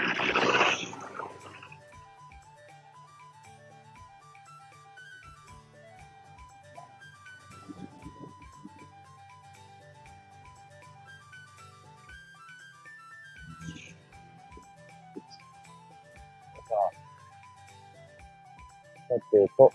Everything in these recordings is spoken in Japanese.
さてと、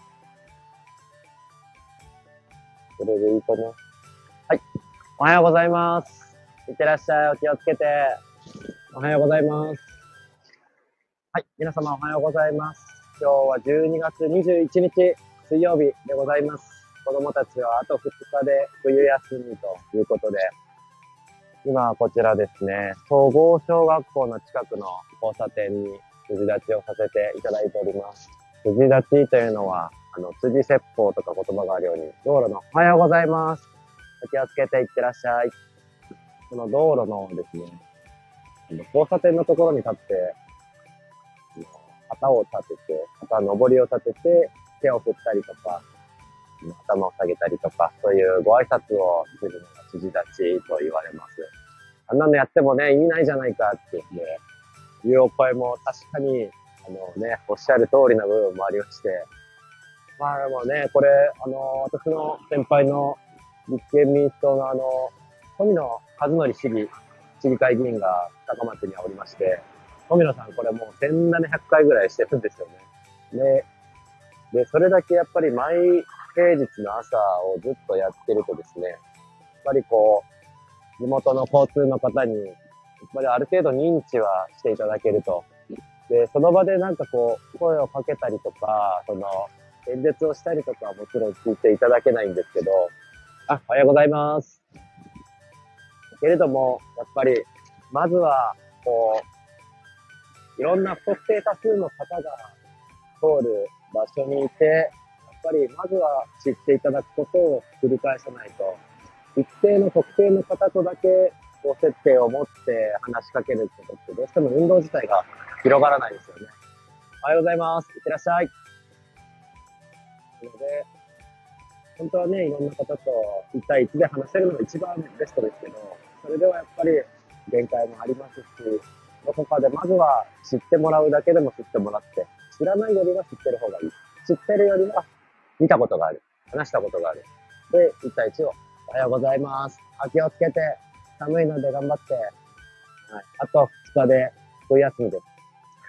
これでいいかな。はい。おはようございます。いってらっしゃい。お気をつけて。おはようございます。はい。皆様おはようございます。今日は12月21日水曜日でございます。子供たちはあと2日で冬休みということで、今こちらですね、総合小学校の近くの交差点に辻立ちをさせていただいております。辻立ちというのは、辻説法とか言葉があるように、道路のおはようございます。お気をつけていってらっしゃい。この道路のですね、交差点のところに立って、旗を立てて、旗上りを立てて、手を振ったりとか、頭を下げたりとか、そういうご挨拶をするのが辻立ちと言われます。あんなのやってもね、意味ないじゃないかっていうお声も確かに、おっしゃる通りな部分もありまして、まあでもね、これ、私の先輩の立憲民主党の富野和則市議会議員が高松にはおりまして、富野さんこれもう1700回ぐらいしてるんですよね。で、それだけやっぱり毎平日の朝をずっとやってるとですね、やっぱりこう、地元の交通の方に、やっぱりある程度認知はしていただけると。で、その場でなんかこう、声をかけたりとか、演説をしたりとかはもちろん聞いていただけないんですけど、おはようございます。けれども、やっぱり、まずは、こう、いろんな不特定多数の方が通る場所にいて、やっぱりまずは知っていただくことを繰り返さないと、一定の特定の方とだけ接点を持って話しかけることってどうしても運動自体が広がらないですよね。おはようございます。いってらっしゃい。なので、本当はね、いろんな方と1対1で話せるのが一番ベストですけど、それではやっぱり限界もありますし、どこかでまずは知ってもらうだけでも知ってもらって、知らないよりは知ってる方がいい。知ってるよりは見たことがある。話したことがある。で、1対1をおはようございます。気をつけて。寒いので頑張って。はい。あと2日で冬休みです。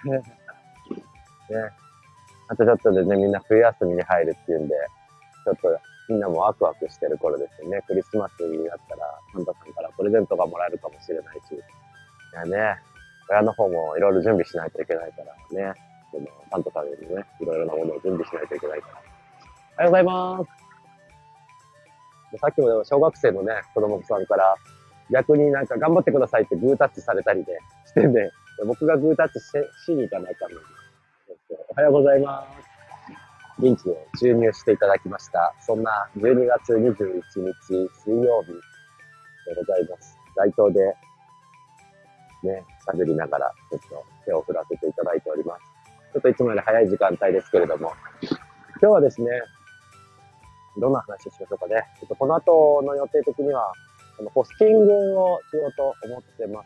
ね。あとちょっとでね、みんな冬休みに入るっていうんで、ちょっとみんなもワクワクしてる頃ですよね。クリスマスになったら、サンタさんからプレゼントがもらえるかもしれないし。いやね、親の方もいろいろ準備しないといけないからね。サンタさんにもね、いろいろなものを準備しないといけないから。おはようございます。さっきも小学生のね、子供さんから、逆になんか頑張ってくださいってグータッチされたりでしてね、僕がグータッチしに行かないかのに。おはようございます。リンチを注入していただきました。そんな12月21日水曜日でございます。街頭でね、喋りながらちょっと手を振らせていただいております。ちょっといつもより早い時間帯ですけれども、今日はですね、どんな話をしましょうかね。ちょっとこの後の予定的には、ポスティングをしようと思ってます。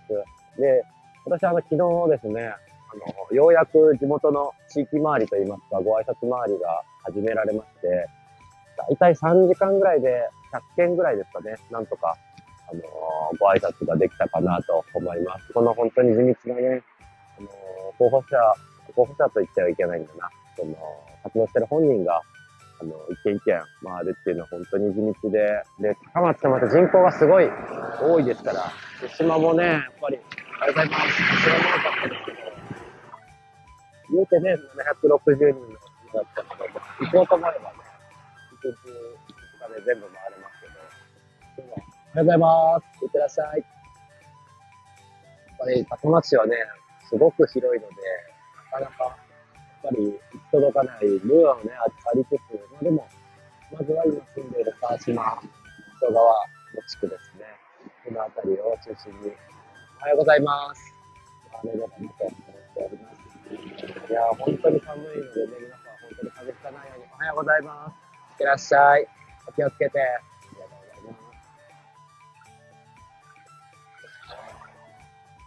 で、私は昨日ですね、ようやく地元の地域回りといいますか、ご挨拶回りが始められまして、だいたい3時間ぐらいで100件ぐらいですかね、なんとか、ご挨拶ができたかなと思います。この本当に地道なね、候補者と言ってはいけないんだな。活動してる本人が、一軒一軒回るっていうのは本当に地道で、で、高松ってまた人口がすごい多いですから、島もね、やっぱり、おはようございます。島も多かったですけど、言うてね、760人の島だったので、行こうと思えばね、1日、2日で全部回れますけど、今日はおはようございます。いってらっしゃい。やっぱり高松市はね、すごく広いので、なかなか、やっぱり行き届かない部分はね、ありつつ、まあでも、まずは今住んでいる川島、外川の地区ですね。この辺りを中心に、おはようございます。回れればなと思っております。いやー、本当に寒いのでね、皆さん本当に風邪ひかないように、おはようございます。いってらっしゃい。お気をつけて。ありがとうございます。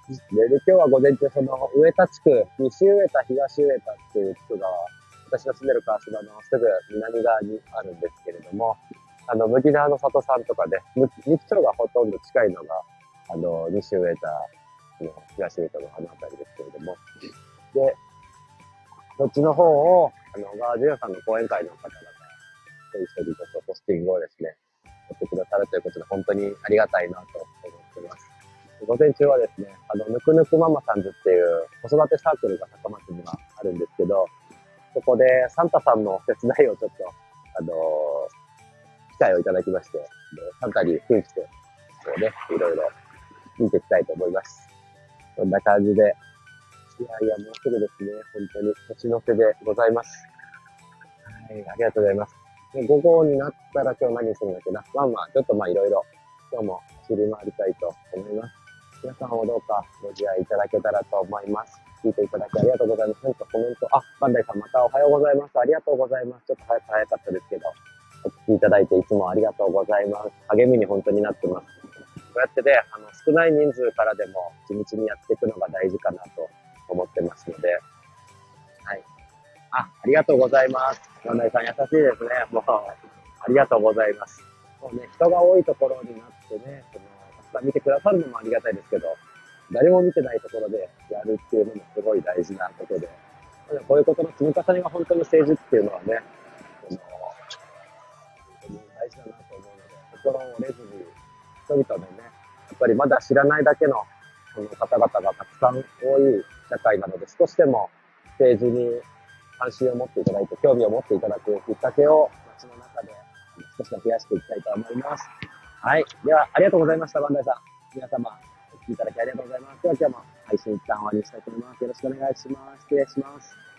で、今日は午前中、その、上田地区、西上田、東上田っていう地区が、私の住んでる川島のすぐ南側にあるんですけれども、麦縄の里さんとかで、日町がほとんど近いのが、西上田、東上田のあの辺りですけれども、で、そっちの方を、小川淳さんの講演会の方々と一緒にちょっとポスティングをですね、やってくださるということで、本当にありがたいなと思っています。午前中はですね、ぬくぬくママさんズっていう子育てサークルが高松にはあるんですけど、そこでサンタさんの手伝いをちょっと、機会をいただきまして、サンタに扮して、こうね、いろいろ見ていきたいと思います。そんな感じで、いやいや、もうすぐですね、本当に年の瀬でございます。はい、ありがとうございます。で午後になったら今日何するんだっけな。まあまあ、ちょっとまあいろいろ、今日も走り回りたいと思います。皆さんもどうかご自愛いただけたらと思います。聞いていただきありがとうございます。何かコメント、バンダイさんまたおはようございます。ありがとうございます。ちょっと早かったですけど、お聞きいただいていつもありがとうございます。励みに本当になってます。こうやってね、少ない人数からでも地道にやっていくのが大事かなと思ってますので、はい。ありがとうございます。万代さん優しいですね。もう、ありがとうございます。もうね、人が多いところになってね、たくさん見てくださるのもありがたいですけど、誰も見てないところでやるっていうのもすごい大事なことで、こういうことの積み重ねが本当に政治っていうのはね、本当に大事だなと思うので、心を折れずに、人々でね、やっぱりまだ知らないだけのその方々がたくさん多い社会なので、少しでも政治に関心を持っていただいて、興味を持っていただくきっかけを街の中で少しでも増やしていきたいと思います。はい。では、ありがとうございました、バンダイさん。皆様、お聞きいただきありがとうございます。では今日も配信一旦終わりにしたいと思います。よろしくお願いします。失礼します。